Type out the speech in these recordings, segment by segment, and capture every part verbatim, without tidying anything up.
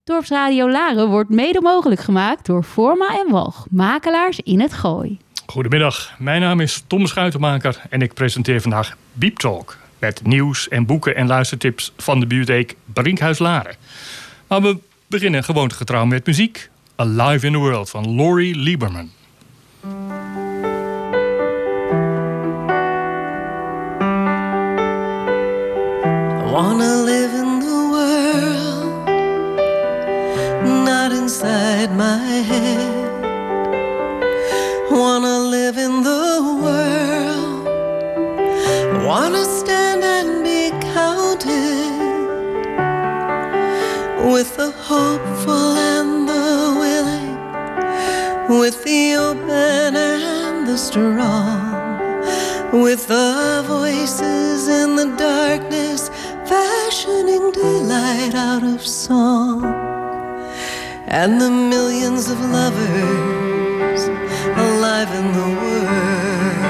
Dorpsradio Laren wordt mede mogelijk gemaakt door Forma en Walch, makelaars in het Gooi. Goedemiddag, mijn naam is Tom Schuitenmaker en ik presenteer vandaag Beep Talk. Met nieuws en boeken en luistertips van de bibliotheek Brinkhuis Laren. Maar we beginnen gewoontegetrouw met muziek. Alive in the World van Laurie Lieberman. I wanna live in the world, not inside my head. Wanna live in the world, wanna stand and be counted with the hopeful and the willing, with the open and the strong, with the voices in the darkness, fashioning daylight out of song, and the millions of lovers alive in the world.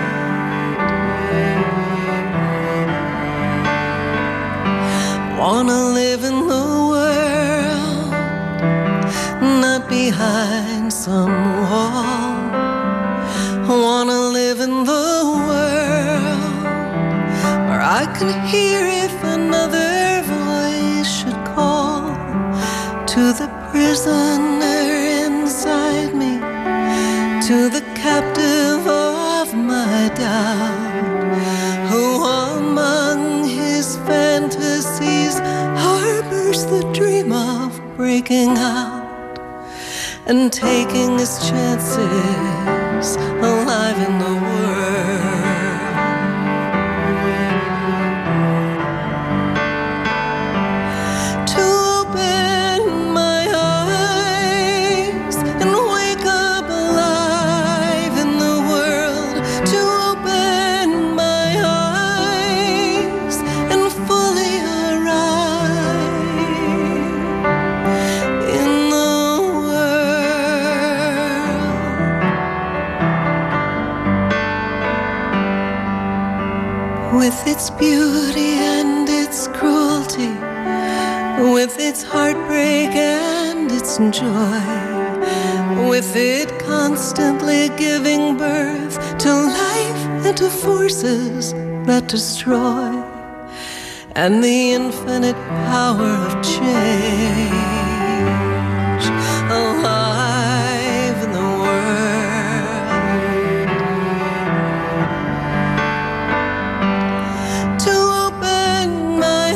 Wanna live in the world, not behind some wall. Wanna live in the world where I can hear if another voice should call to the prisoner inside me, to the captive of my doubt, who among his fantasies harbors the dream of breaking out and taking his chances alive in the world. To open my eyes and wake up alive in the world. To open my eyes and fully arrive in the world. With its beauty and its cruelty, with its heartbreak and its joy, with it constantly giving birth to life and to forces that destroy, and the infinite power of change, alive in the world. To open my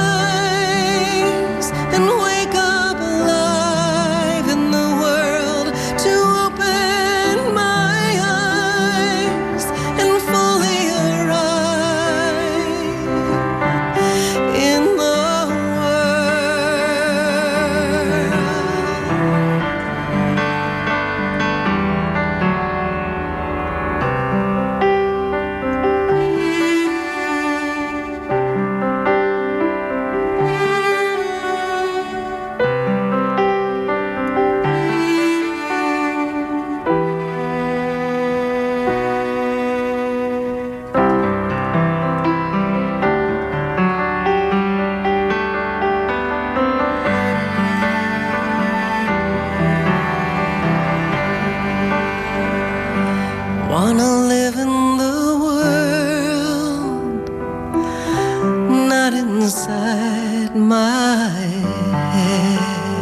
eyes and wake up alive in the world. To open my eyes and fully arrive in the world. Wanna live in the world, not inside my head.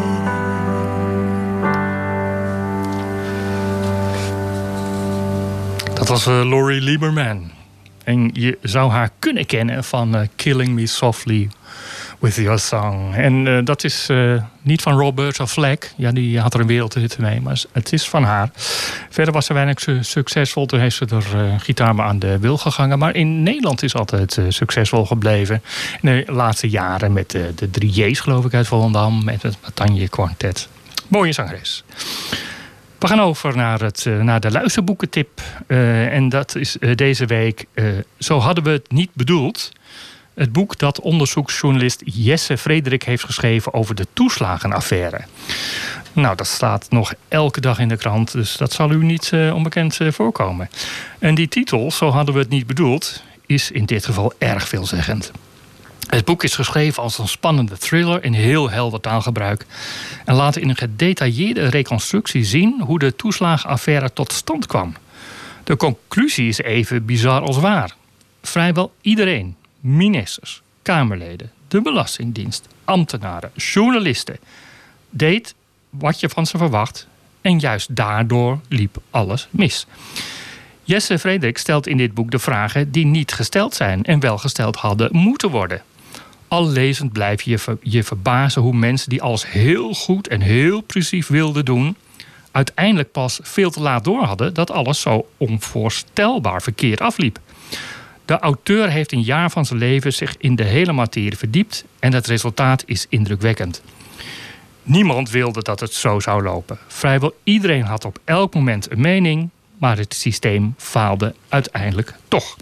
Dat was uh, Laurie Lieberman. En je zou haar kunnen kennen van uh, Killing Me Softly With Your Song. En uh, dat is uh, niet van Roberta Flack. Ja, die had er een wereldhit mee, maar het is van haar. Verder was ze weinig su- succesvol. Toen heeft ze er uh, gitaar maar aan de wil gegangen. Maar in Nederland is altijd uh, succesvol gebleven. In de laatste jaren met uh, de drie J's, geloof ik, uit Volendam. Met het Matanje Quartet. Mooie zangeres. We gaan over naar, het, uh, naar de luisterboekentip. Uh, en dat is uh, deze week uh, Zo hadden we het niet bedoeld. Het boek dat onderzoeksjournalist Jesse Frederik heeft geschreven over de toeslagenaffaire. Nou, dat staat nog elke dag in de krant, dus dat zal u niet uh, onbekend uh, voorkomen. En die titel, Zo hadden we het niet bedoeld, is in dit geval erg veelzeggend. Het boek is geschreven als een spannende thriller in heel helder taalgebruik en laat in een gedetailleerde reconstructie zien hoe de toeslagenaffaire tot stand kwam. De conclusie is even bizar als waar. Vrijwel iedereen, ministers, Kamerleden, de Belastingdienst, ambtenaren, journalisten, deed wat je van ze verwacht en juist daardoor liep alles mis. Jesse Frederik stelt in dit boek de vragen die niet gesteld zijn en wel gesteld hadden moeten worden. Al lezend blijf je ver, je verbazen hoe mensen die alles heel goed en heel precies wilden doen, uiteindelijk pas veel te laat door hadden dat alles zo onvoorstelbaar verkeerd afliep. De auteur heeft een jaar van zijn leven zich in de hele materie verdiept en het resultaat is indrukwekkend. Niemand wilde dat het zo zou lopen. Vrijwel iedereen had op elk moment een mening, maar het systeem faalde uiteindelijk toch.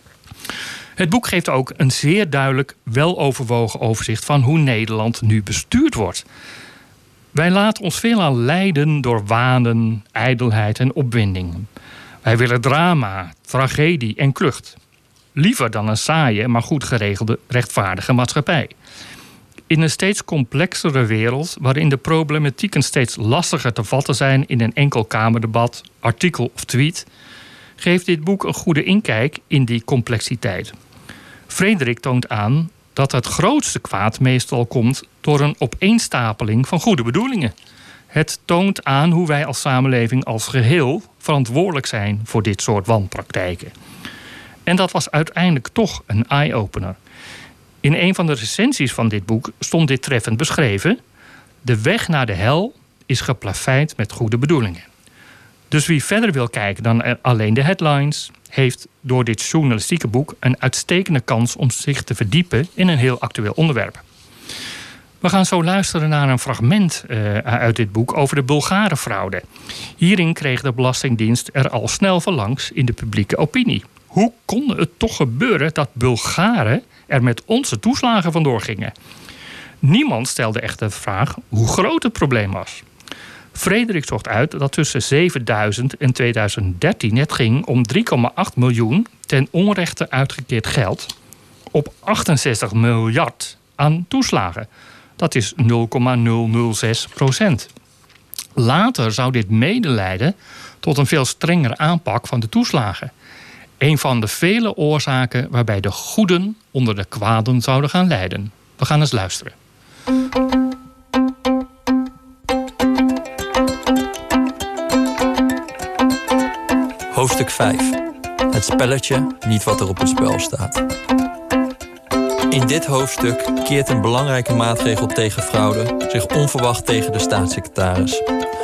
Het boek geeft ook een zeer duidelijk, weloverwogen overzicht van hoe Nederland nu bestuurd wordt. Wij laten ons veelal leiden door wanen, ijdelheid en opwinding. Wij willen drama, tragedie en klucht. Liever dan een saaie, maar goed geregelde, rechtvaardige maatschappij. In een steeds complexere wereld, waarin de problematieken steeds lastiger te vatten zijn in een enkel kamerdebat, artikel of tweet, geeft dit boek een goede inkijk in die complexiteit. Frederik toont aan dat het grootste kwaad meestal komt door een opeenstapeling van goede bedoelingen. Het toont aan hoe wij als samenleving als geheel verantwoordelijk zijn voor dit soort wanpraktijken. En dat was uiteindelijk toch een eye-opener. In een van de recensies van dit boek stond dit treffend beschreven: de weg naar de hel is geplaveid met goede bedoelingen. Dus wie verder wil kijken dan alleen de headlines, heeft door dit journalistieke boek een uitstekende kans om zich te verdiepen in een heel actueel onderwerp. We gaan zo luisteren naar een fragment uh, uit dit boek over de Bulgarenfraude. Hierin kreeg de Belastingdienst er al snel van langs in de publieke opinie. Hoe kon het toch gebeuren dat Bulgaren er met onze toeslagen vandoor gingen? Niemand stelde echter de vraag hoe groot het probleem was. Frederik zocht uit dat tussen zevenduizend en tweeduizend dertien het ging om drie komma acht miljoen ten onrechte uitgekeerd geld op achtenzestig miljard aan toeslagen. Dat is nul komma nul nul zes procent. Later zou dit mede leiden tot een veel strengere aanpak van de toeslagen. Een van de vele oorzaken waarbij de goeden onder de kwaden zouden gaan lijden. We gaan eens luisteren. Hoofdstuk vijf. Het spelletje, niet wat er op het spel staat. In dit hoofdstuk keert een belangrijke maatregel tegen fraude zich onverwacht tegen de staatssecretaris.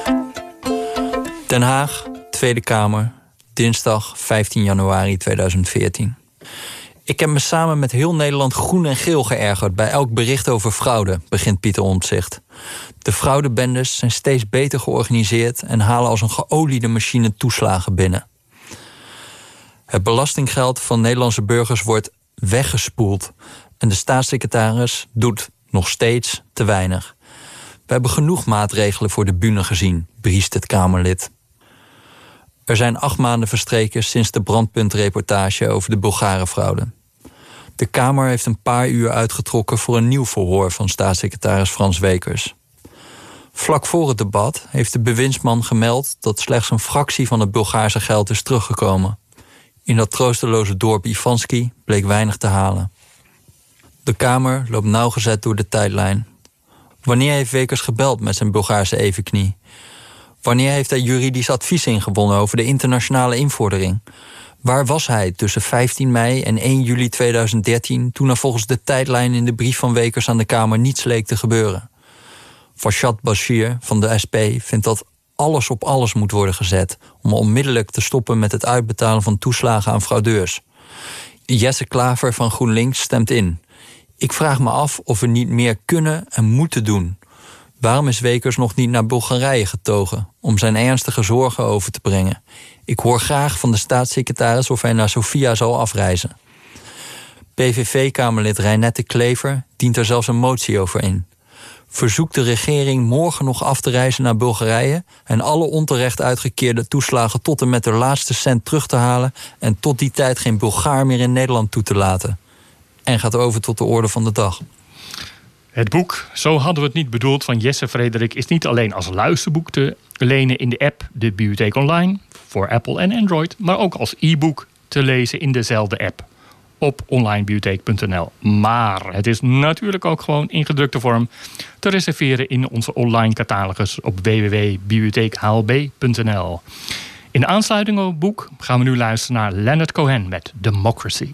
Den Haag, Tweede Kamer, dinsdag vijftien januari tweeduizend veertien. Ik heb me samen met heel Nederland groen en geel geërgerd bij elk bericht over fraude, begint Pieter Omtzigt. De fraudebendes zijn steeds beter georganiseerd en halen als een geoliede machine toeslagen binnen. Het belastinggeld van Nederlandse burgers wordt weggespoeld en de staatssecretaris doet nog steeds te weinig. We hebben genoeg maatregelen voor de bühne gezien, briest het Kamerlid. Er zijn acht maanden verstreken sinds de brandpuntreportage over de Bulgarenfraude. De Kamer heeft een paar uur uitgetrokken voor een nieuw verhoor van staatssecretaris Frans Wekers. Vlak voor het debat heeft de bewindsman gemeld dat slechts een fractie van het Bulgaarse geld is teruggekomen. In dat troosteloze dorp Ivanski bleek weinig te halen. De Kamer loopt nauwgezet door de tijdlijn. Wanneer heeft Wekers gebeld met zijn Bulgaarse evenknie? Wanneer heeft hij juridisch advies ingewonnen over de internationale invordering? Waar was hij tussen vijftien mei en één juli tweeduizend dertien... toen er volgens de tijdlijn in de brief van Wekers aan de Kamer niets leek te gebeuren? Farshad Bashir van de S P vindt dat alles op alles moet worden gezet om onmiddellijk te stoppen met het uitbetalen van toeslagen aan fraudeurs. Jesse Klaver van GroenLinks stemt in. Ik vraag me af of we niet meer kunnen en moeten doen. Waarom is Wekers nog niet naar Bulgarije getogen om zijn ernstige zorgen over te brengen? Ik hoor graag van de staatssecretaris of hij naar Sofia zal afreizen. P V V-Kamerlid Reinette Klever dient er zelfs een motie over in. Verzoekt de regering morgen nog af te reizen naar Bulgarije en alle onterecht uitgekeerde toeslagen tot en met de laatste cent terug te halen en tot die tijd geen Bulgaar meer in Nederland toe te laten. en gaat over tot de orde van de dag. Het boek, Zo hadden we het niet bedoeld, van Jesse Frederik is niet alleen als luisterboek te lenen in de app De Bibliotheek Online voor Apple en Android, maar ook als e-book te lezen in dezelfde app op onlinebibliotheek punt n l. Maar het is natuurlijk ook gewoon in gedrukte vorm te reserveren in onze online catalogus op w w w punt bibliotheek h l b punt n l. In aansluiting op het boek gaan we nu luisteren naar Leonard Cohen met Democracy.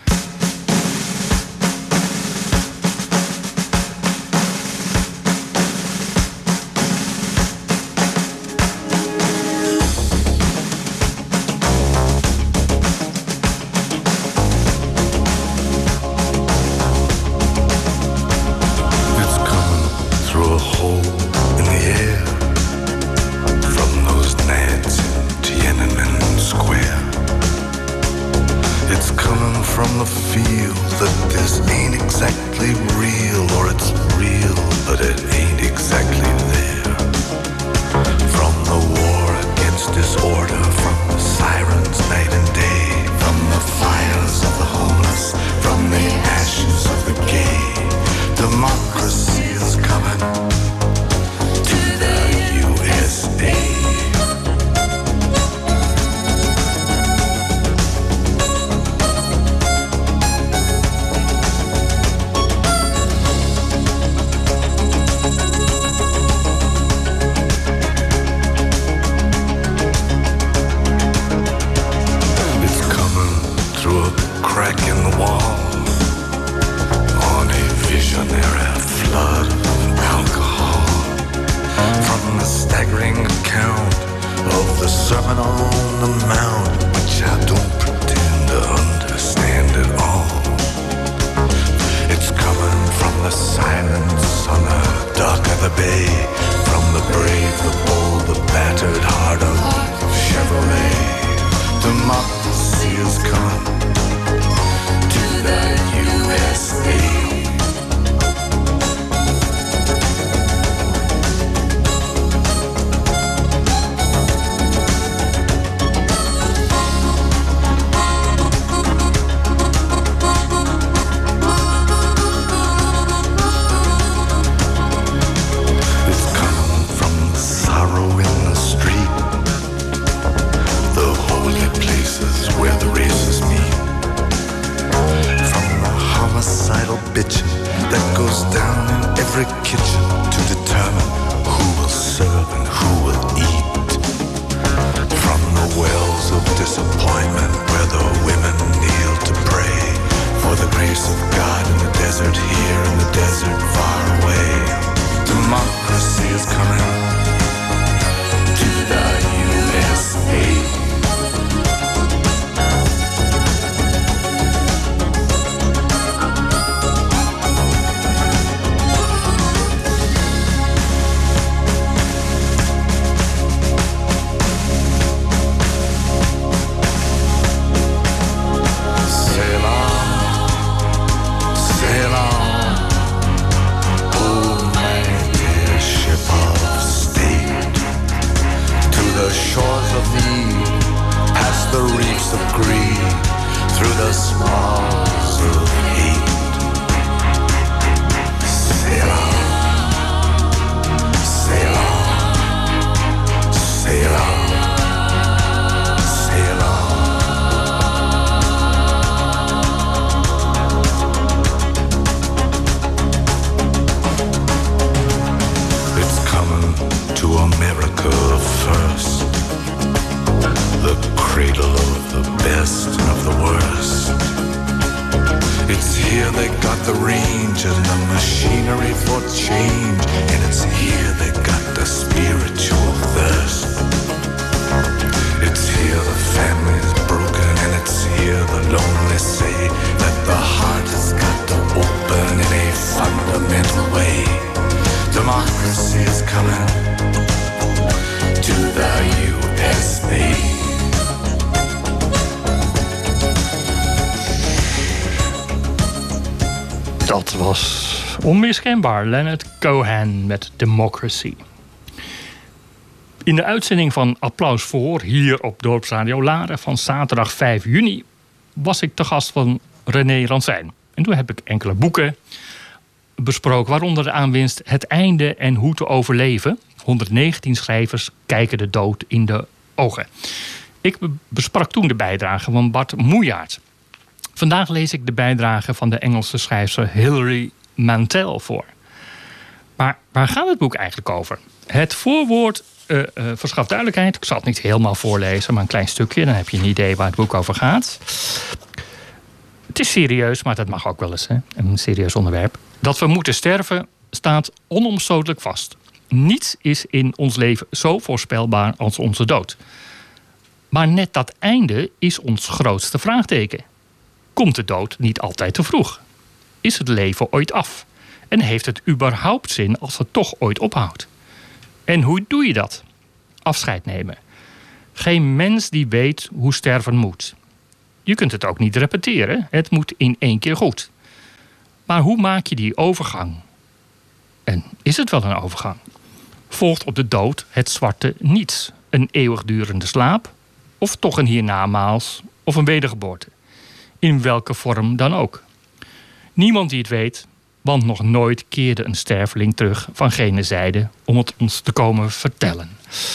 Dat was onmiskenbaar Leonard Cohen met Democracy. In de uitzending van Applaus voor hier op Dorpsradio Laren van zaterdag vijf juni was ik te gast van René Ransijn. En toen heb ik enkele boeken besproken, waaronder de aanwinst Het einde en hoe te overleven. honderddegentien schrijvers kijken de dood in de ogen. Ik besprak toen de bijdrage van Bart Moejaert. Vandaag lees ik de bijdrage van de Engelse schrijfster Hilary Mantel voor. Maar waar gaat het boek eigenlijk over? Het voorwoord uh, uh, verschaft duidelijkheid. Ik zal het niet helemaal voorlezen, maar een klein stukje. Dan heb je een idee waar het boek over gaat. Het is serieus, maar dat mag ook wel eens. Hè? Een serieus onderwerp. Dat we moeten sterven staat onomstotelijk vast. Niets is in ons leven zo voorspelbaar als onze dood. Maar net dat einde is ons grootste vraagteken. Komt de dood niet altijd te vroeg? Is het leven ooit af? En heeft het überhaupt zin als het toch ooit ophoudt? En hoe doe je dat? Afscheid nemen. Geen mens die weet hoe sterven moet. Je kunt het ook niet repeteren. Het moet in één keer goed. Maar hoe maak je die overgang? En is het wel een overgang? Volgt op de dood het zwarte niets? Een eeuwigdurende slaap? Of toch een hiernamaals of een wedergeboorte? In welke vorm dan ook. Niemand die het weet, want nog nooit keerde een sterveling terug van gene zijde om het ons te komen vertellen.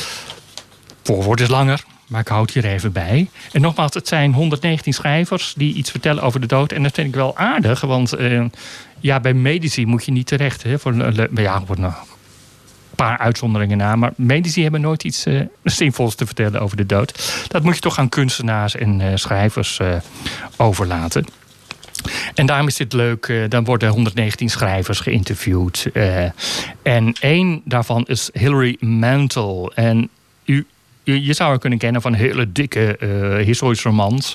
Voorwoord is langer, maar ik houd hier even bij. En nogmaals, het zijn honderdnegentien schrijvers die iets vertellen over de dood. En dat vind ik wel aardig, want uh, ja, bij medici moet je niet terecht. Hè, voor, uh, ja, voor een paar uitzonderingen na. Maar medici hebben nooit iets uh, zinvols te vertellen over de dood. Dat moet je toch aan kunstenaars en uh, schrijvers uh, overlaten. En daarom is dit leuk. Uh, dan worden honderdnegentien schrijvers geïnterviewd. Uh, en één daarvan is Hilary Mantel. En u, u, je zou haar kunnen kennen van hele dikke uh, historische romans.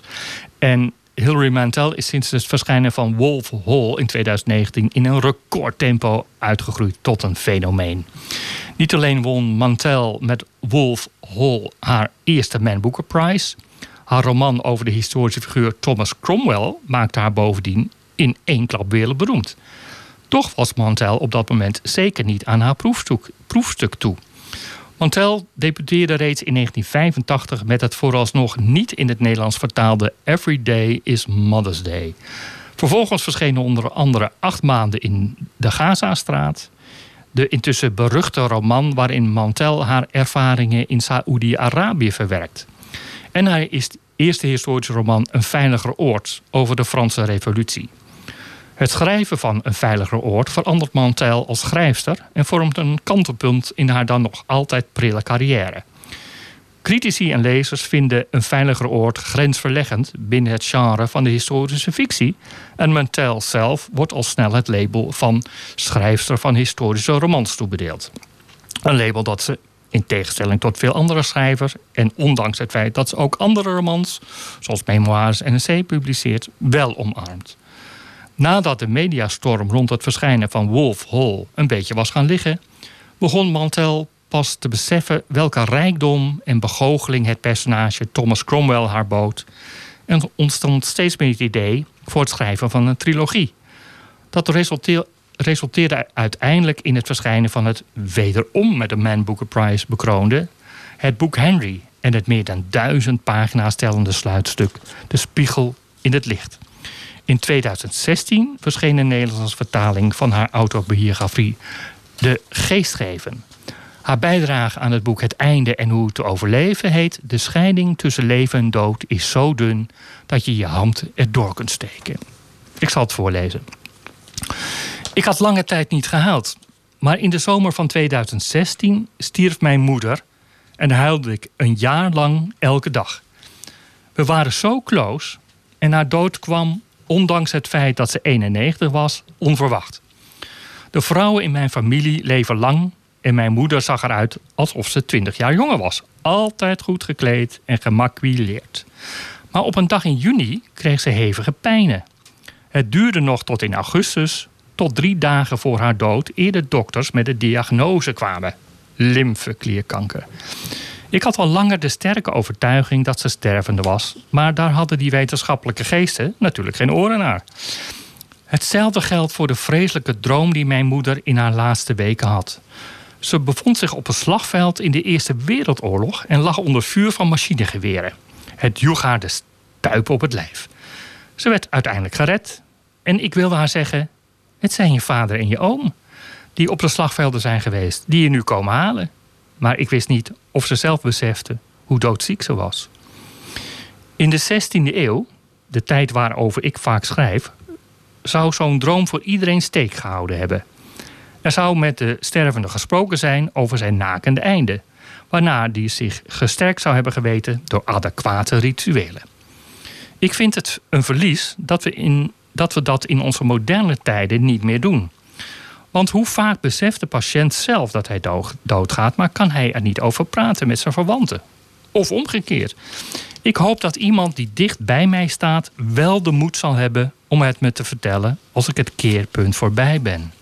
En Hilary Mantel is sinds het verschijnen van Wolf Hall in tweeduizend negentien in een recordtempo uitgegroeid tot een fenomeen. Niet alleen won Mantel met Wolf Hall haar eerste Man Booker Prize. Haar roman over de historische figuur Thomas Cromwell maakte haar bovendien in één klap wereldberoemd. Toch was Mantel op dat moment zeker niet aan haar proefstuk, proefstuk toe. Mantel debuteerde reeds in negentien vijfentachtig met het vooralsnog niet in het Nederlands vertaalde Every Day is Mother's Day. Vervolgens verschenen onder andere acht maanden in de Gazastraat, de intussen beruchte roman waarin Mantel haar ervaringen in Saoedi-Arabië verwerkt. En haar eerste historische roman Een veiliger oord over de Franse Revolutie. Het schrijven van Een veiliger oord verandert Mantel als schrijfster en vormt een kantelpunt in haar dan nog altijd prille carrière. Critici en lezers vinden Een veiliger oord grensverleggend binnen het genre van de historische fictie en Mantel zelf wordt al snel het label van schrijfster van historische romans toebedeeld. Een label dat ze, in tegenstelling tot veel andere schrijvers en ondanks het feit dat ze ook andere romans, zoals memoires en essay publiceert, wel omarmt. Nadat de mediastorm rond het verschijnen van Wolf Hall een beetje was gaan liggen, begon Mantel pas te beseffen welke rijkdom en begoocheling het personage Thomas Cromwell haar bood en ontstond steeds meer het idee voor het schrijven van een trilogie. Dat resulteerde resulteerde uiteindelijk in het verschijnen van het wederom met de Man Booker Prize bekroonde het boek Henry en het meer dan duizend pagina's tellende sluitstuk De Spiegel in het Licht. In tweeduizend zestien verscheen een Nederlandse vertaling van haar autobiografie De Geestgeven. Haar bijdrage aan het boek Het einde en hoe te overleven heet De scheiding tussen leven en dood is zo dun dat je je hand erdoor kunt steken. Ik zal het voorlezen. Ik had lange tijd niet gehuild, maar in de zomer van tweeduizend zestien stierf mijn moeder en huilde ik een jaar lang elke dag. We waren zo close en haar dood kwam, ondanks het feit dat ze eenennegentig was, onverwacht. De vrouwen in mijn familie leven lang en mijn moeder zag eruit alsof ze twintig jaar jonger was. Altijd goed gekleed en gemaquilleerd. Maar op een dag in juni kreeg ze hevige pijnen. Het duurde nog tot in augustus, tot drie dagen voor haar dood, eer de dokters met de diagnose kwamen. Lymfeklierkanker. Ik had al langer de sterke overtuiging dat ze stervende was, maar daar hadden die wetenschappelijke geesten natuurlijk geen oren naar. Hetzelfde geldt voor de vreselijke droom die mijn moeder in haar laatste weken had. Ze bevond zich op een slagveld in de Eerste Wereldoorlog en lag onder vuur van machinegeweren. Het joeg haar de stuipen op het lijf. Ze werd uiteindelijk gered, En ik wilde haar zeggen, het zijn je vader en je oom die op de slagvelden zijn geweest, die je nu komen halen. Maar ik wist niet of ze zelf besefte hoe doodziek ze was. In de zestiende eeuw, de tijd waarover ik vaak schrijf, zou zo'n droom voor iedereen steek gehouden hebben. Er zou met de stervende gesproken zijn over zijn nakende einde, waarna die zich gesterkt zou hebben geweten door adequate rituelen. Ik vind het een verlies dat we, in, dat we dat in onze moderne tijden niet meer doen. Want hoe vaak beseft de patiënt zelf dat hij doodgaat, maar kan hij er niet over praten met zijn verwanten? Of omgekeerd. Ik hoop dat iemand die dicht bij mij staat wel de moed zal hebben om het me te vertellen als ik het keerpunt voorbij ben.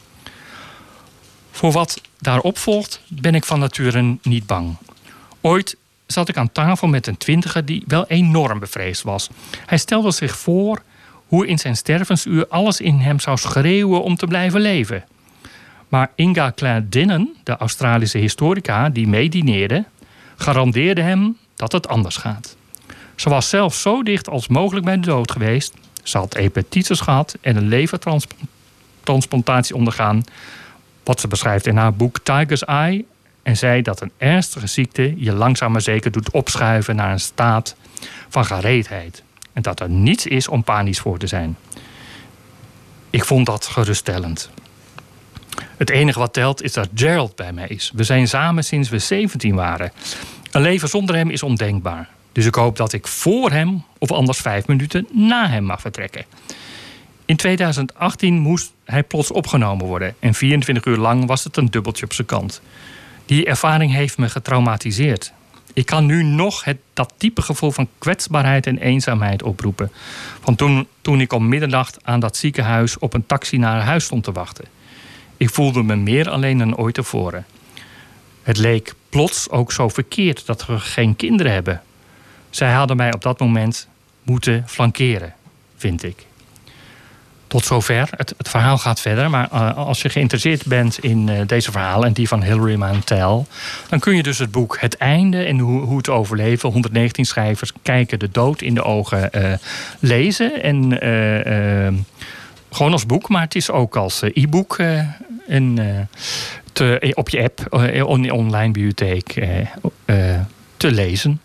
Voor wat daarop volgt ben ik van nature niet bang. Ooit zat ik aan tafel met een twintiger die wel enorm bevreesd was. Hij stelde zich voor hoe in zijn stervensuur alles in hem zou schreeuwen om te blijven leven. Maar Inga Clendinnen, de Australische historica die meedineerde, garandeerde hem dat het anders gaat. Ze was zelf zo dicht als mogelijk bij de dood geweest. Ze had hepatitis gehad en een levertransplantatie ondergaan, wat ze beschrijft in haar boek Tiger's Eye, en zei dat een ernstige ziekte je langzaam maar zeker doet opschuiven naar een staat van gereedheid. En dat er niets is om panisch voor te zijn. Ik vond dat geruststellend. Het enige wat telt is dat Gerald bij mij is. We zijn samen sinds we zeventien waren. Een leven zonder hem is ondenkbaar. Dus ik hoop dat ik voor hem of anders vijf minuten na hem mag vertrekken. In tweeduizend achttien moest hij plots opgenomen worden. En vierentwintig uur lang was het een dubbeltje op zijn kant. Die ervaring heeft me getraumatiseerd. Ik kan nu nog het, dat diepe gevoel van kwetsbaarheid en eenzaamheid oproepen. Van toen, toen ik om middernacht aan dat ziekenhuis op een taxi naar huis stond te wachten. Ik voelde me meer alleen dan ooit tevoren. Het leek plots ook zo verkeerd dat we geen kinderen hebben. Zij hadden mij op dat moment moeten flankeren, vind ik. Tot zover. Het, het verhaal gaat verder. Maar uh, als je geïnteresseerd bent in uh, deze verhalen en die van Hilary Mantel, dan kun je dus het boek Het Einde en hoe, hoe het overleven, honderdnegentien schrijvers kijken de dood in de ogen, uh, lezen. En uh, uh, gewoon als boek, maar het is ook als uh, e-book uh, en, uh, te, op je app, uh, on, online bibliotheek uh, uh, te lezen.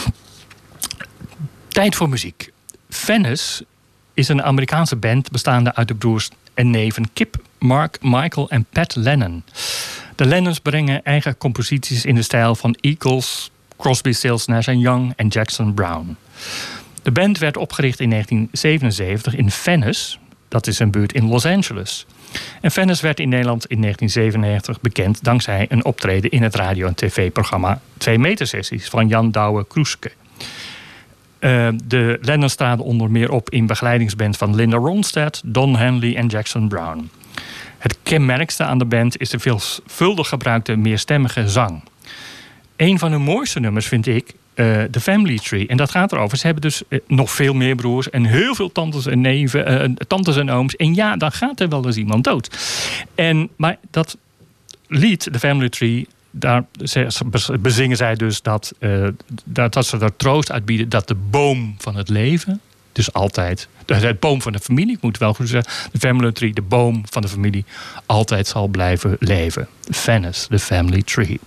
Tijd voor muziek. Venice is een Amerikaanse band bestaande uit de broers en neven Kip, Mark, Michael en Pat Lennon. De Lennons brengen eigen composities in de stijl van Eagles, Crosby, Stills, Nash and Young en Jackson Browne. De band werd opgericht in negentien zevenenzeventig in Venice. Dat is een buurt in Los Angeles. En Venice werd in Nederland in negentien zevenennegentig bekend dankzij een optreden in het radio- en tv-programma Twee Meter Sessies van Jan Douwe-Kroeske. Uh, de Lennons traden onder meer op in begeleidingsband van Linda Ronstadt, Don Henley en Jackson Browne. Het kenmerkste aan de band is de veelvuldig gebruikte meerstemmige zang. Een van hun mooiste nummers vind ik uh, The Family Tree. En dat gaat erover. Ze hebben dus uh, nog veel meer broers en heel veel tantes en neven, uh, tantes en ooms. En ja, dan gaat er wel eens iemand dood. En, maar dat lied, The Family Tree, daar bezingen zij dus dat, uh, dat, dat ze er troost uitbieden dat de boom van het leven, dus altijd, de boom van de familie, ik moet wel goed zeggen, de family tree, de boom van de familie, altijd zal blijven leven. Venice, the family tree.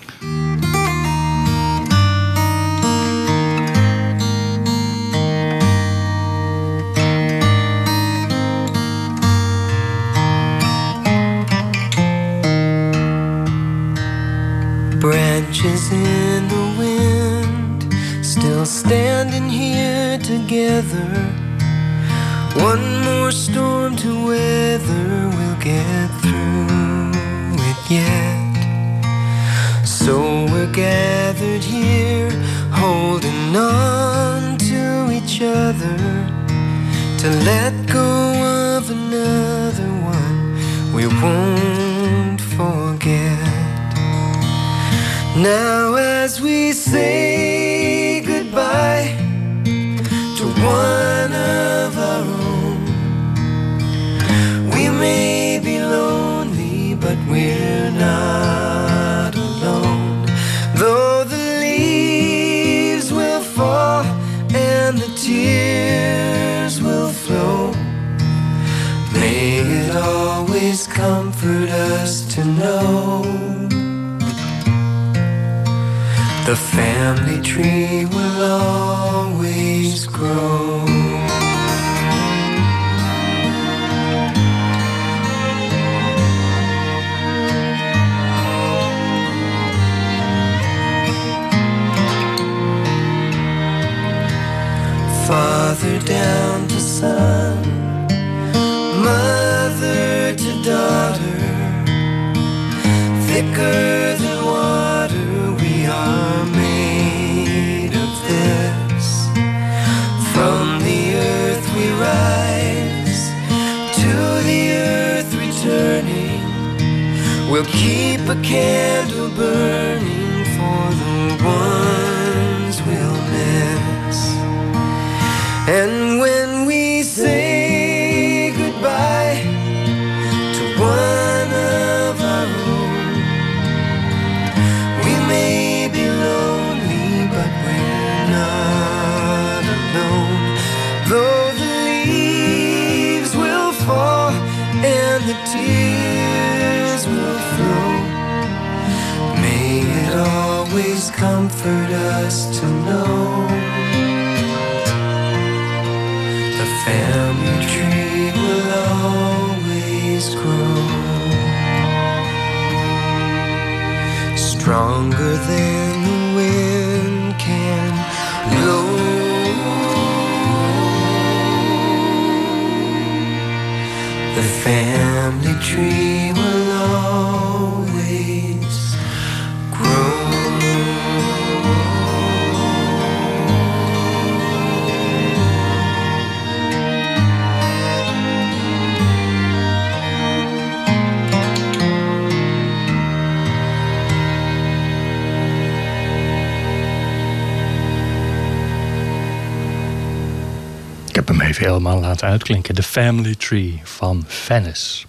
Branches in the wind, still standing here together. One more storm to weather, we'll get through it yet. So we're gathered here, holding on to each other, to let go of another one we won't forget. Now as we say goodbye to one of our own, we may be lonely, but we're not alone. Though the leaves will fall and the tears will flow, The family tree will always grow. Father down to son, mother to daughter, thicker than water, we are made of this. From the earth we rise, to the earth returning. We'll keep a candle burning for the ones we'll miss. And when we say goodbye to one of our own, we may be lonely, but we're not alone. Though the leaves will fall and the tears will flow, may it always comfort us to know the family tree will always grow. Stronger than the wind can blow. The family tree will always grow. Ik heb hem even helemaal laten uitklinken. The Family Tree van Venice.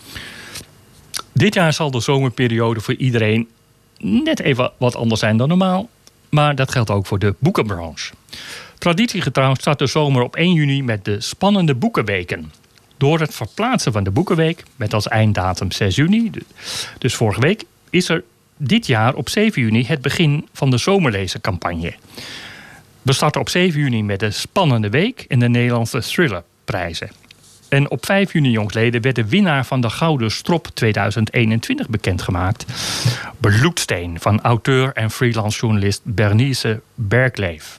Dit jaar zal de zomerperiode voor iedereen net even wat anders zijn dan normaal. Maar dat geldt ook voor de boekenbranche. Traditiegetrouw start de zomer op één juni met de spannende boekenweken. Door het verplaatsen van de boekenweek, met als einddatum zes juni, dus vorige week, is er dit jaar op zeven juni het begin van de zomerlezencampagne. We starten op zeven juni met de Spannende Week en de Nederlandse Thrillerprijzen. En op vijf juni jongstleden werd de winnaar van de Gouden Strop tweeduizend eenentwintig bekendgemaakt. Bloedsteen van auteur en freelance journalist Bernice Bergleef.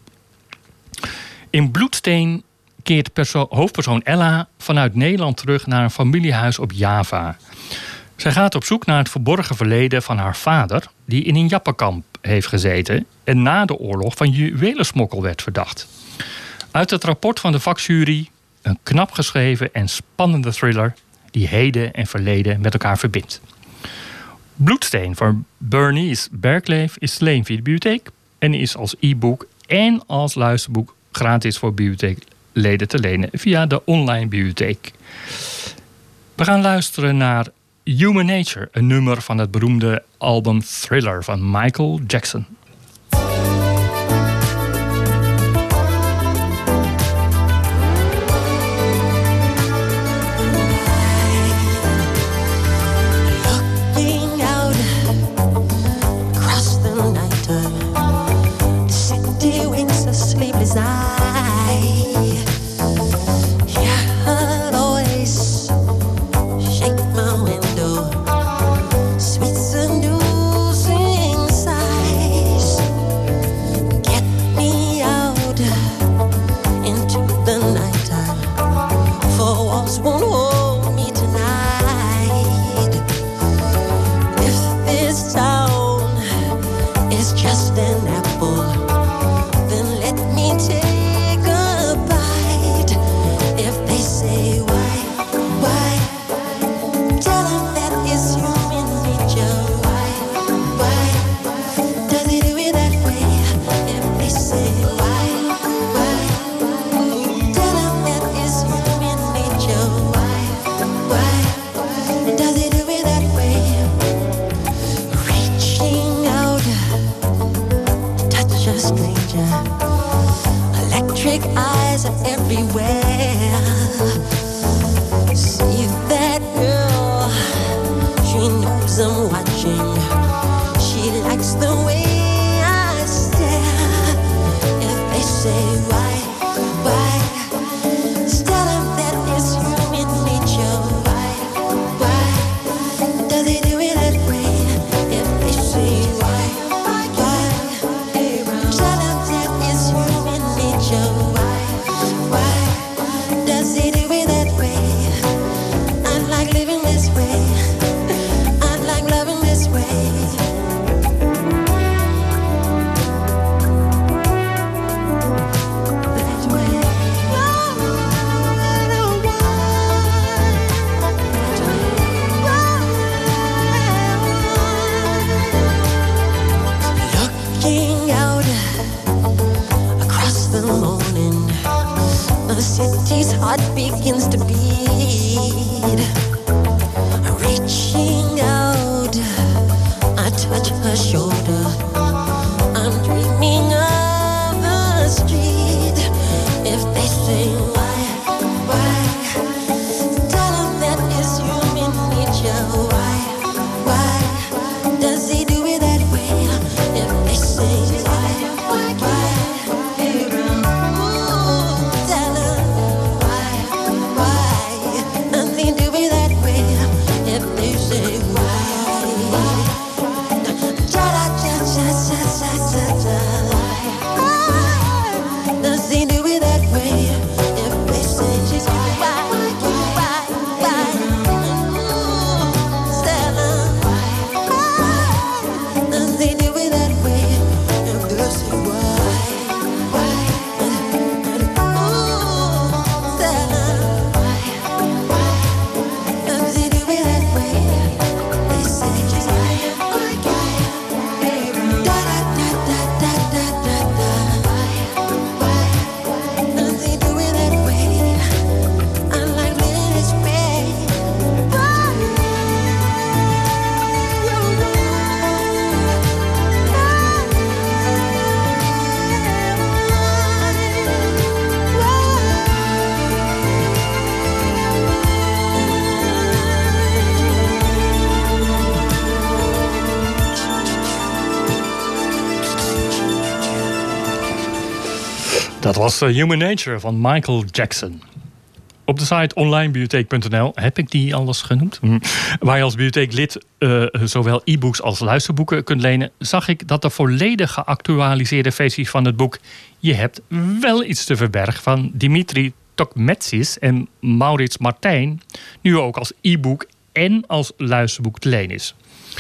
In Bloedsteen keert perso- hoofdpersoon Ella vanuit Nederland terug naar een familiehuis op Java. Zij gaat op zoek naar het verborgen verleden van haar vader, die in een jappenkamp heeft gezeten en na de oorlog van juwelensmokkel werd verdacht. Uit het rapport van de vakjury een knap geschreven en spannende thriller die heden en verleden met elkaar verbindt. Bloedsteen van Bernice Bergleef is te leen via de bibliotheek en is als e-book en als luisterboek gratis voor bibliotheekleden te lenen via de online bibliotheek. We gaan luisteren naar Human Nature, een nummer van het beroemde album Thriller van Michael Jackson. I'm watching. She likes the way I reaching out across the morning. The city's heart begins to beat. Reaching out, I touch her shoulder. I'm dreaming of the street. If they say why, why, tell them that it's human nature. Why, why does he do it that way? If they say why, why, why, ooh, tell them why, why does he do it that way? If they say why, da da da da da da da. Why does he do it that way? If they say she's why, why, why, ooh, tell them why does he do it that way? If they say why, why, ooh, tell them why does he do it that way? They say she's why, da da da da da da da da. Why does he do it that way? I like this way. Why? Dat was uh, Human Nature van Michael Jackson. Op de site onlinebibliotheek punt n l heb ik die alles genoemd. Hm. Waar je als bibliotheeklid uh, zowel e-books als luisterboeken kunt lenen, zag ik dat de volledig geactualiseerde versie van het boek Je hebt wel iets te verbergen van Dimitri Tokmetsis en Maurits Martijn nu ook als e-book en als luisterboek te leen is.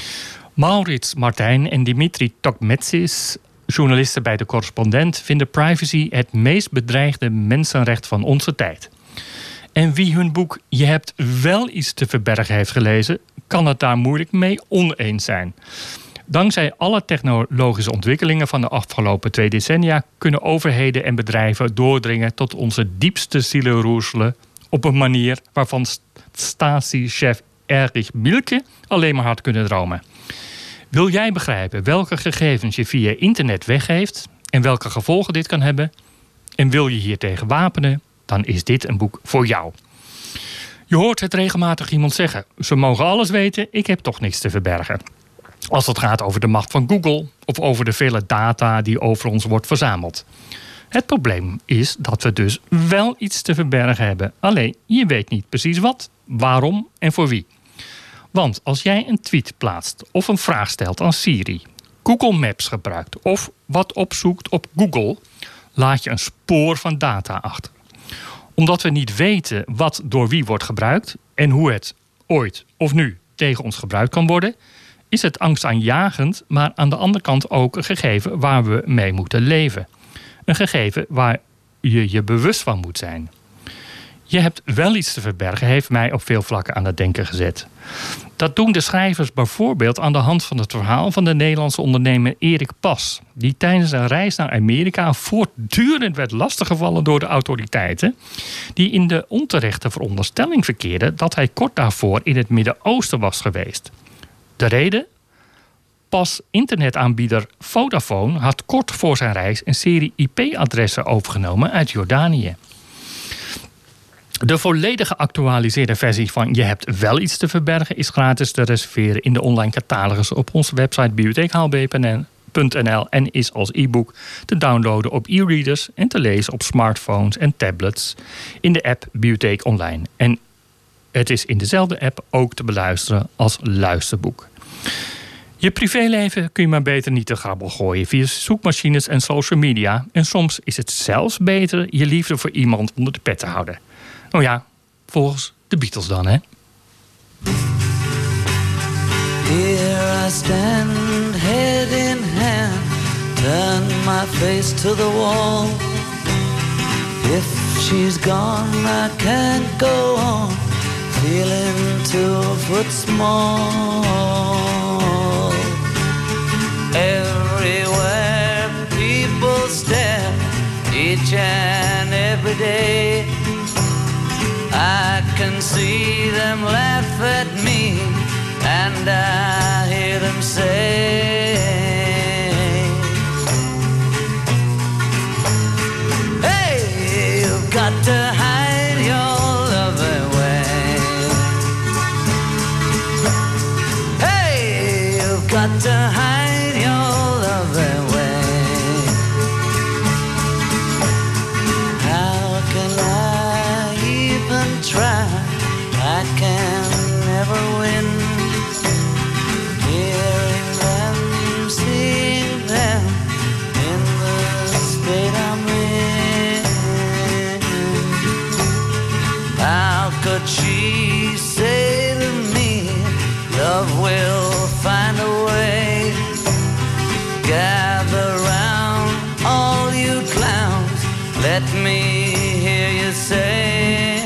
Maurits Martijn en Dimitri Tokmetsis, journalisten bij De Correspondent, vinden privacy het meest bedreigde mensenrecht van onze tijd. En wie hun boek Je hebt wel iets te verbergen heeft gelezen, kan het daar moeilijk mee oneens zijn. Dankzij alle technologische ontwikkelingen van de afgelopen twee decennia kunnen overheden en bedrijven doordringen tot onze diepste zielenroerselen op een manier waarvan Stasi-chef Erich Mielke alleen maar had kunnen dromen. Wil jij begrijpen welke gegevens je via internet weggeeft en welke gevolgen dit kan hebben? En wil je hier tegen wapenen? Dan is dit een boek voor jou. Je hoort het regelmatig iemand zeggen: ze mogen alles weten, ik heb toch niks te verbergen. Als het gaat over de macht van Google of over de vele data die over ons wordt verzameld. Het probleem is dat we dus wel iets te verbergen hebben. Alleen je weet niet precies wat, waarom en voor wie. Want als jij een tweet plaatst of een vraag stelt aan Siri, Google Maps gebruikt of wat opzoekt op Google, laat je een spoor van data achter. Omdat we niet weten wat door wie wordt gebruikt en hoe het ooit of nu tegen ons gebruikt kan worden, is het angstaanjagend, maar aan de andere kant ook een gegeven waar we mee moeten leven. Een gegeven waar je je bewust van moet zijn. Je hebt wel iets te verbergen heeft mij op veel vlakken aan het denken gezet. Dat doen de schrijvers bijvoorbeeld aan de hand van het verhaal van de Nederlandse ondernemer Erik Pas, die tijdens een reis naar Amerika voortdurend werd lastiggevallen door de autoriteiten, die in de onterechte veronderstelling verkeerden dat hij kort daarvoor in het Midden-Oosten was geweest. De reden? Pas internetaanbieder Vodafone had kort voor zijn reis een serie I P-adressen overgenomen uit Jordanië. De volledig geactualiseerde versie van Je hebt wel iets te verbergen is gratis te reserveren in de online catalogus op onze website bibliotheek h l b punt n l en is als e-book te downloaden op e-readers en te lezen op smartphones en tablets in de app Bibliotheek Online. En het is in dezelfde app ook te beluisteren als luisterboek. Je privéleven kun je maar beter niet te grabbel gooien via zoekmachines en social media. En soms is het zelfs beter je liefde voor iemand onder de pet te houden. Nou ja, volgens de Beatles dan, hè? Here I stand, head in hand, turn my face to the wall. If she's gone, I can't go on, feeling two foot small. Everywhere each and every day. I can see them laugh at me, and I hear them say, hey, you've got to hide your love away. Hey, you've got to hide your love away. How can I even try? I can never win. Hearing them, seeing them in the state I'm in. How could she say to me, love will find a way? Gather round, all you clowns, let me hear you say,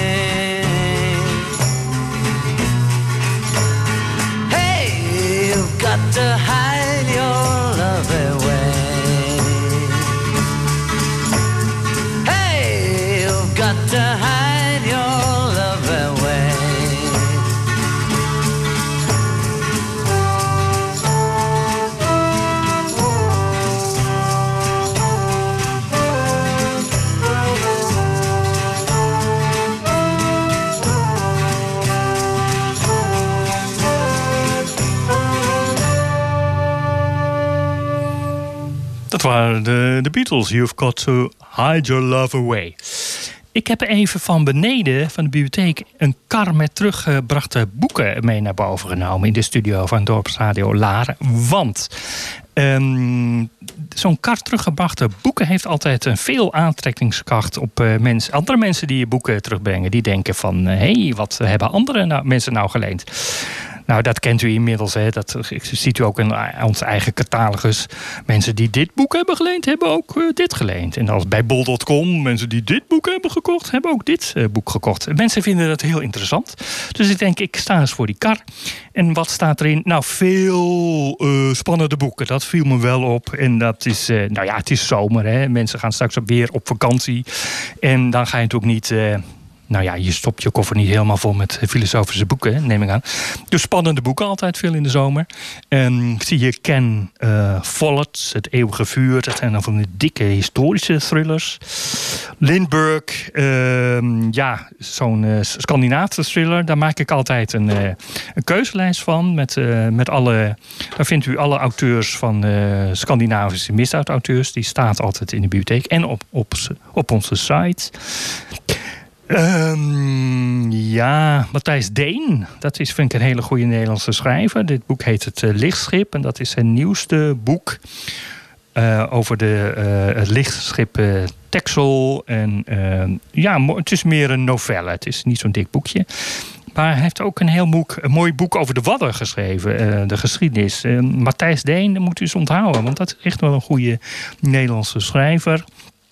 hey, you've got to hide your love away. Hey, you've got to hide your love away. Dat waren de, de Beatles. You've got to hide your love away. Ik heb even van beneden, van de bibliotheek, een kar met teruggebrachte boeken mee naar boven genomen in de studio van Dorpsradio Laren. Want um, zo'n kar teruggebrachte boeken heeft altijd een veel aantrekkingskracht op uh, mensen, andere mensen die je boeken terugbrengen. Die denken van, hé, hey, wat hebben andere nou, mensen nou geleend? Nou, dat kent u inmiddels. Hè. Dat ziet u ook in ons eigen catalogus. Mensen die dit boek hebben geleend, hebben ook uh, dit geleend. En als bij bol punt com, mensen die dit boek hebben gekocht, hebben ook dit uh, boek gekocht. Mensen vinden dat heel interessant. Dus ik denk, ik sta eens voor die kar. En wat staat erin? Nou, veel uh, spannende boeken. Dat viel me wel op. En dat is, uh, nou ja, het is zomer. Hè. Mensen gaan straks weer op vakantie. En dan ga je natuurlijk niet... Uh, Nou ja, je stopt je koffer niet helemaal vol met filosofische boeken, neem ik aan. Dus spannende boeken, altijd veel in de zomer. Um, zie je Ken uh, Follett, Het Eeuwige Vuur. Dat zijn dan van de dikke historische thrillers. Lindbergh, uh, ja, zo'n uh, Scandinavische thriller. Daar maak ik altijd een, uh, een keuzelijst van. Met, uh, met alle, daar vindt u alle auteurs van uh, Scandinavische misdaadauteurs. Die staat altijd in de bibliotheek en op, op, op onze site. Um, ja, Matthijs Deen. Dat is, vind ik, een hele goede Nederlandse schrijver. Dit boek heet Het uh, Lichtschip. En dat is zijn nieuwste boek uh, over de, uh, het lichtschip uh, Texel. En uh, ja, het is meer een novelle. Het is niet zo'n dik boekje. Maar hij heeft ook een heel boek, een mooi boek over de Wadden geschreven. Uh, de geschiedenis. Uh, Matthijs Deen, dat moet u eens onthouden. Want dat is echt wel een goede Nederlandse schrijver.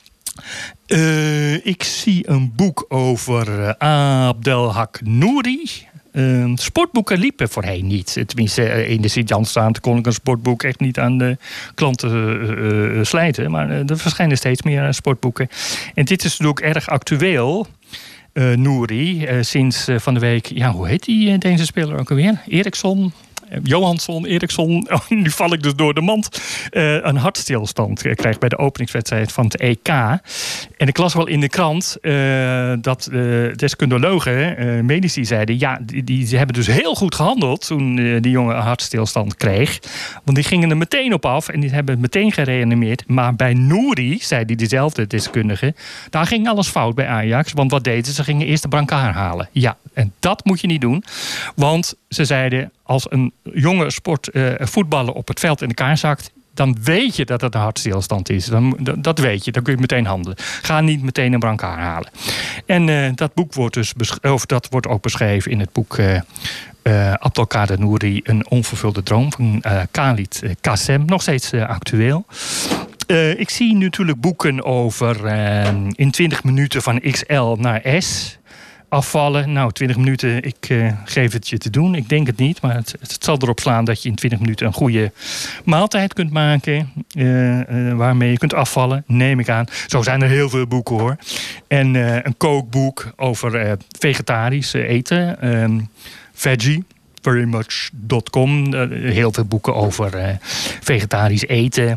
Uh, ik zie een boek over uh, Abdelhak Nouri. Uh, sportboeken liepen voorheen niet. Tenminste, uh, in de Sint-Jansstraat kon ik een sportboek echt niet aan de klanten uh, uh, slijten. Maar uh, er verschijnen steeds meer uh, sportboeken. En dit is natuurlijk erg actueel. Uh, Nouri, uh, sinds uh, van de week... Ja, hoe heet die uh, deze speler ook alweer? Eriksson... Johansson, Eriksson, oh, nu val ik dus door de mand, uh, een hartstilstand krijgt bij de openingswedstrijd van het E K. En ik las wel in de krant uh, dat uh, deskundigen, uh, medici zeiden, ja, die, die hebben dus heel goed gehandeld toen uh, die jongen een hartstilstand kreeg. Want die gingen er meteen op af en die hebben het meteen gereanimeerd. Maar bij Nouri, zei die dezelfde deskundige, daar ging alles fout bij Ajax. Want wat deden ze? Ze gingen eerst de brancard halen. Ja, en dat moet je niet doen. Want ze zeiden, als een jonge sport uh, voetballer op het veld in elkaar zakt, dan weet je dat het een hartstilstand is. Dan, dat weet je, dan kun je meteen handelen. Ga niet meteen een brancard halen. En uh, dat boek wordt dus besch- of dat wordt ook beschreven in het boek uh, uh, Abdelkader Nouri, Een onvervulde droom van uh, Khalid uh, Kassem. Nog steeds uh, actueel. Uh, ik zie natuurlijk boeken over uh, in twintig minuten van X L naar S. Afvallen, nou, twintig minuten, ik uh, geef het je te doen. Ik denk het niet, maar het, het zal erop slaan dat je in twintig minuten een goede maaltijd kunt maken. Uh, uh, waarmee je kunt afvallen, neem ik aan. Zo zijn er heel veel boeken, hoor. En uh, een kookboek over uh, vegetarisch eten. Um, veggie. very much dot com. Uh, heel veel boeken over uh, vegetarisch eten.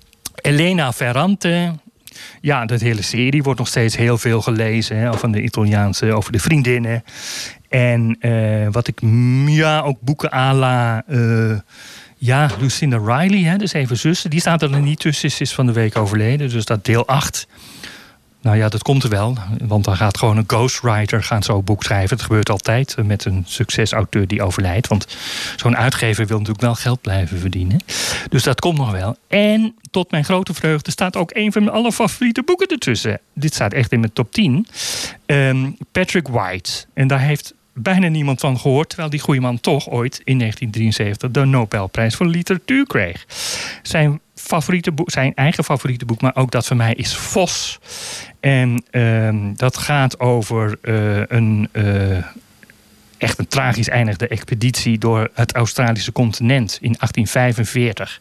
Elena Ferrante. Ja, dat hele serie wordt nog steeds heel veel gelezen. Hè, van de Italiaanse, over de vriendinnen. En uh, wat ik, ja, ook boeken à la... Uh, ja, Lucinda Riley, hè, de Zeven Zussen. Die staat er niet tussen, ze is van de week overleden. Dus dat deel acht. Nou ja, dat komt er wel. Want dan gaat gewoon een ghostwriter gaan zo'n boek schrijven. Het gebeurt altijd met een succesauteur die overlijdt. Want zo'n uitgever wil natuurlijk wel geld blijven verdienen. Dus dat komt nog wel. En tot mijn grote vreugde staat ook een van mijn allerfavoriete boeken ertussen. Dit staat echt in mijn top tien. Um, Patrick White. En daar heeft bijna niemand van gehoord. Terwijl die goede man toch ooit in negentien drieënzeventig de Nobelprijs voor literatuur kreeg. Zijn favoriete boek, zijn eigen favoriete boek, maar ook dat van mij, is Vos. En uh, dat gaat over uh, een uh, echt een tragisch eindigde expeditie door het Australische continent in achttien vijfenveertig.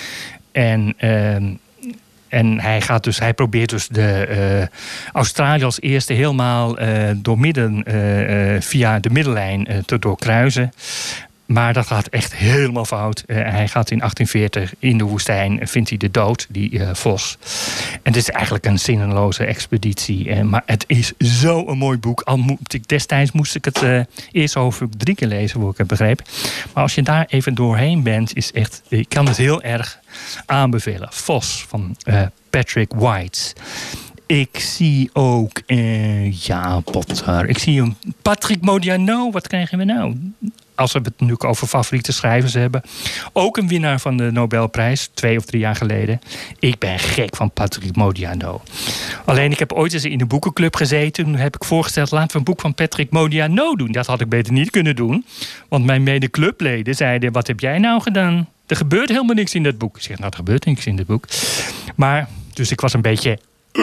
En uh, En hij, gaat dus, hij probeert dus de uh, Australië als eerste helemaal uh, doormidden uh, uh, via de middellijn uh, te doorkruisen. Maar dat gaat echt helemaal fout. Uh, hij gaat in achttien veertig in de woestijn, vindt hij de dood, die uh, vos. En het is eigenlijk een zinneloze expeditie. Uh, maar het is zo'n mooi boek. Al moet ik, destijds moest ik het uh, eerst over drie keer lezen, hoe ik het begreep. Maar als je daar even doorheen bent, is echt, ik kan het heel erg aanbevelen. Vos van uh, Patrick White. Ik zie ook, uh, ja, Potter. Ik zie een Patrick Modiano. Wat krijgen we nou? Als we het natuurlijk over favoriete schrijvers hebben. Ook een winnaar van de Nobelprijs, twee of drie jaar geleden. Ik ben gek van Patrick Modiano. Alleen, ik heb ooit eens in een boekenclub gezeten. Toen heb ik voorgesteld, laten we een boek van Patrick Modiano doen. Dat had ik beter niet kunnen doen. Want mijn mede-clubleden zeiden, wat heb jij nou gedaan? Er gebeurt helemaal niks in dat boek. Ik zeg, nou, er gebeurt niks in dit boek. Maar, dus ik was een beetje...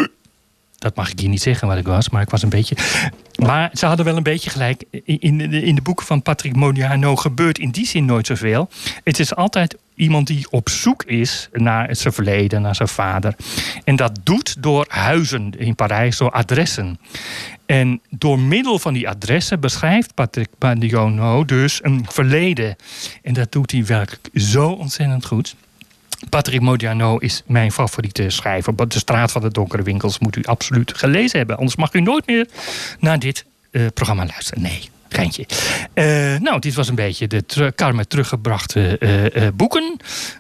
Dat mag ik hier niet zeggen wat ik was, maar ik was een beetje... Maar ze hadden wel een beetje gelijk. In de, in de boeken van Patrick Modiano gebeurt in die zin nooit zoveel. Het is altijd iemand die op zoek is naar zijn verleden, naar zijn vader. En dat doet door huizen in Parijs, door adressen. En door middel van die adressen beschrijft Patrick Modiano dus een verleden. En dat doet hij werkelijk zo ontzettend goed. Patrick Modiano is mijn favoriete schrijver. De Straat van de Donkere Winkels moet u absoluut gelezen hebben. Anders mag u nooit meer naar dit uh, programma luisteren. Nee, geintje. Uh, nou, dit was een beetje de ter- Carmen teruggebrachte uh, uh, boeken.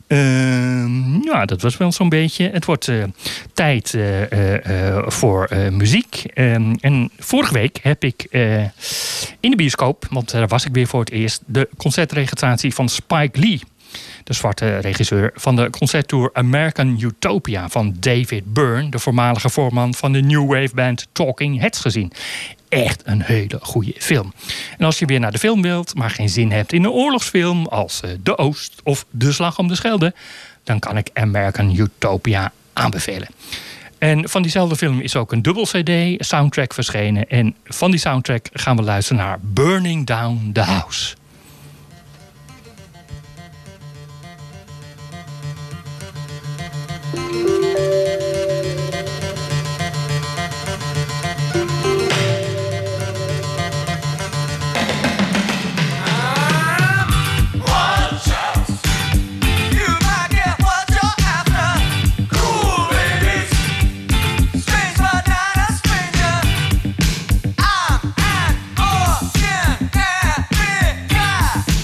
Uh, ja, dat was wel zo'n beetje. Het wordt uh, tijd uh, uh, voor uh, muziek. Uh, en vorige week heb ik uh, in de bioscoop, want daar was ik weer voor het eerst, de concertregistratie van Spike Lee, de zwarte regisseur van de concerttour American Utopia van David Byrne, de voormalige voorman van de New Wave band Talking Heads, gezien. Echt een hele goede film. En als je weer naar de film wilt, maar geen zin hebt in een oorlogsfilm als uh, De Oost of De Slag om de Schelde, dan kan ik American Utopia aanbevelen. En van diezelfde film is ook een dubbel cd, soundtrack verschenen. En van die soundtrack gaan we luisteren naar Burning Down the House.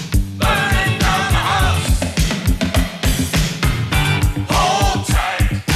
Hold tight.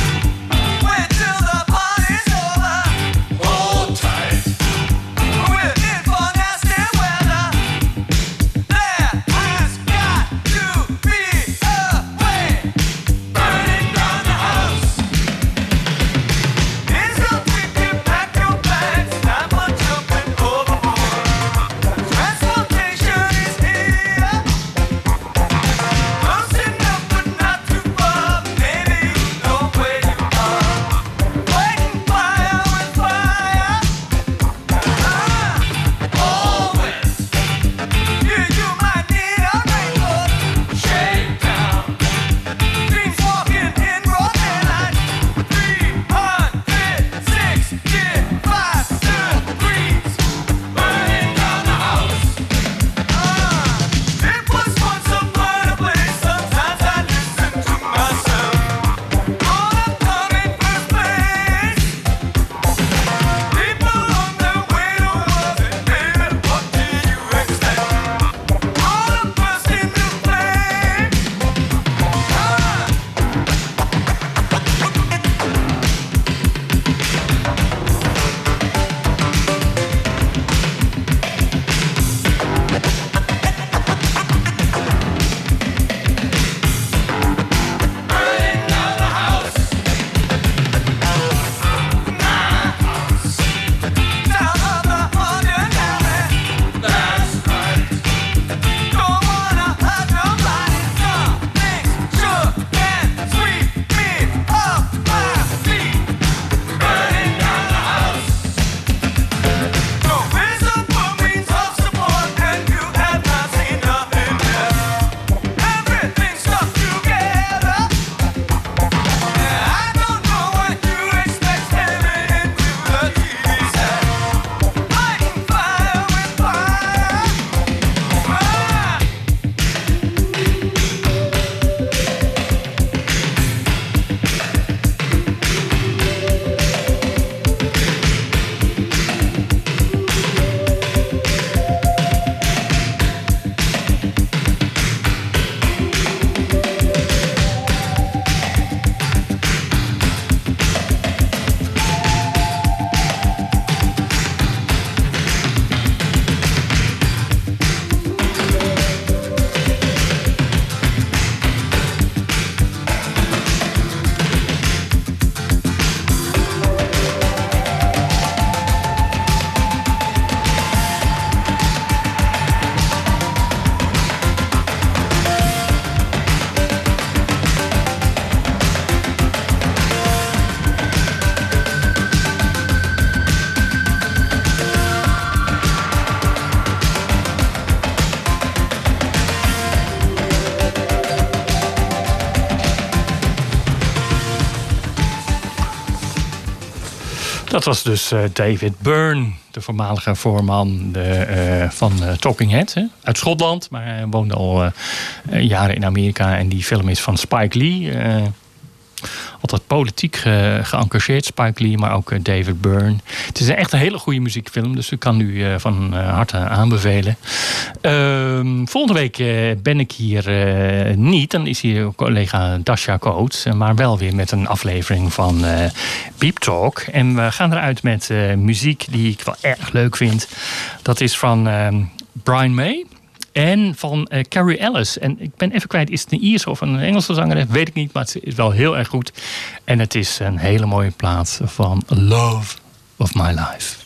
Dat was dus uh, David Byrne, de voormalige voorman de, uh, van uh, Talking Heads. Hè? Uit Schotland, maar hij woonde al uh, jaren in Amerika. En die film is van Spike Lee. Uh, altijd politiek ge- geëngageerd, Spike Lee, maar ook uh, David Byrne. Het is echt een hele goede muziekfilm, dus ik kan u uh, van uh, harte aanbevelen. Uh, volgende week uh, ben ik hier uh, niet. Dan is hier collega Dasha Coates, uh, maar wel weer met een aflevering van uh, Beep Talk. En we gaan eruit met uh, muziek die ik wel erg leuk vind. Dat is van uh, Brian May. En van uh, Carrie Ellis. En ik ben even kwijt, is het een Ierse of een Engelse zanger? Weet ik niet, maar het is wel heel erg goed. En het is een hele mooie plaat van Love of My Life.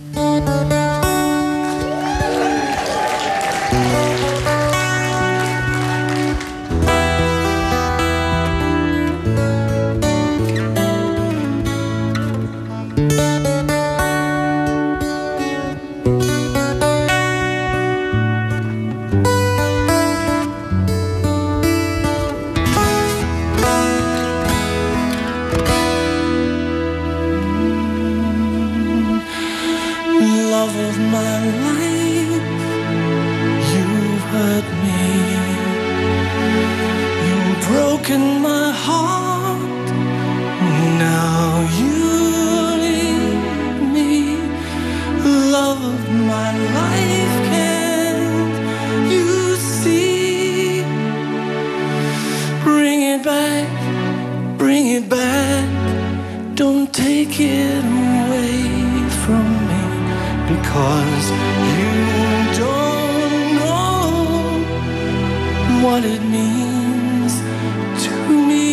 broken my heart. Now you leave me, love of my life. Can't you see? Bring it back, bring it back. Don't take it away from me, because you don't know what it means to me.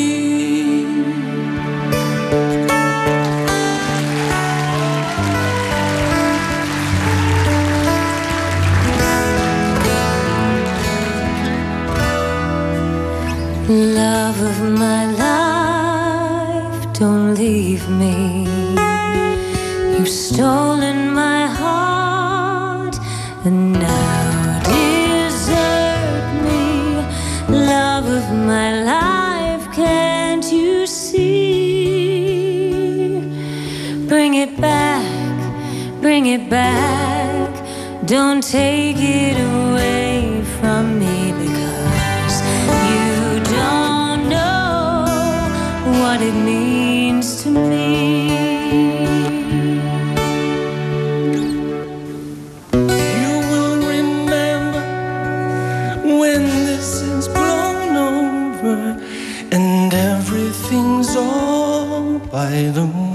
Love of my life, don't leave me. You've stolen my heart and now desert me. Love of my life, can't you see? Bring it back, bring it back. Don't take it away from me, because you don't know what it means to me. You will remember when this is blown over and everything's all by the way.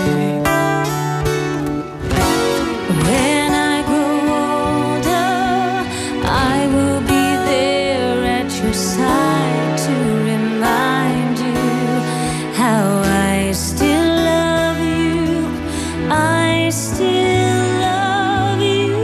When I grow older, I will be there at your side to remind you how I still love you. I still love you.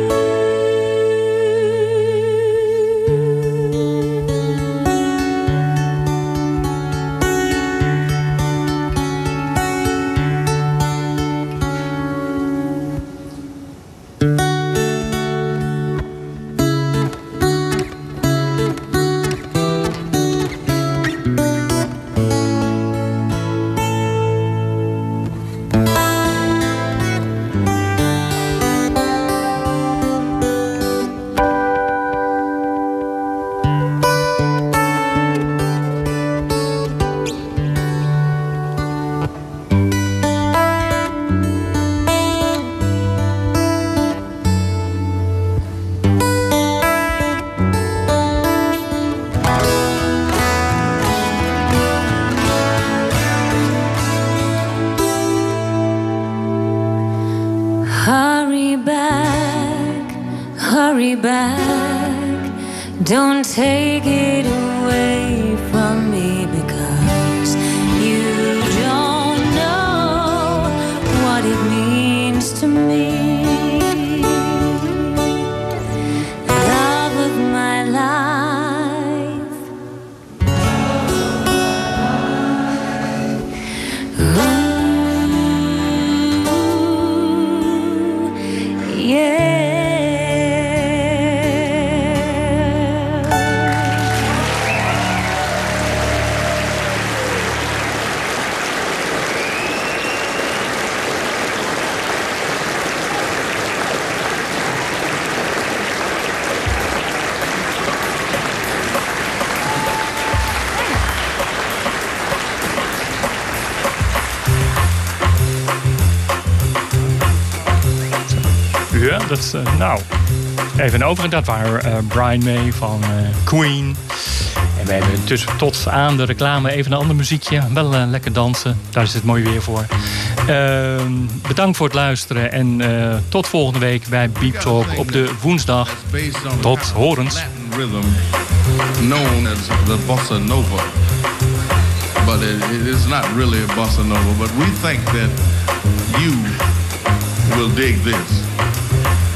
Hurry back, hurry back. Don't take it away from me, because you don't know what it means to me. Love of my life. Ooh, yeah. Ja, dat is... Uh, nou, even over. Dat waren uh, Brian May van uh, Queen. En we hebben dus tot aan de reclame even een ander muziekje. Wel uh, lekker dansen. Daar is het mooi weer voor. Uh, bedankt voor het luisteren. En uh, tot volgende week bij Beep Talk op de woensdag. Tot horens. Known as the bossa nova. But it, it is not really a bossa nova. But we think that you will dig this.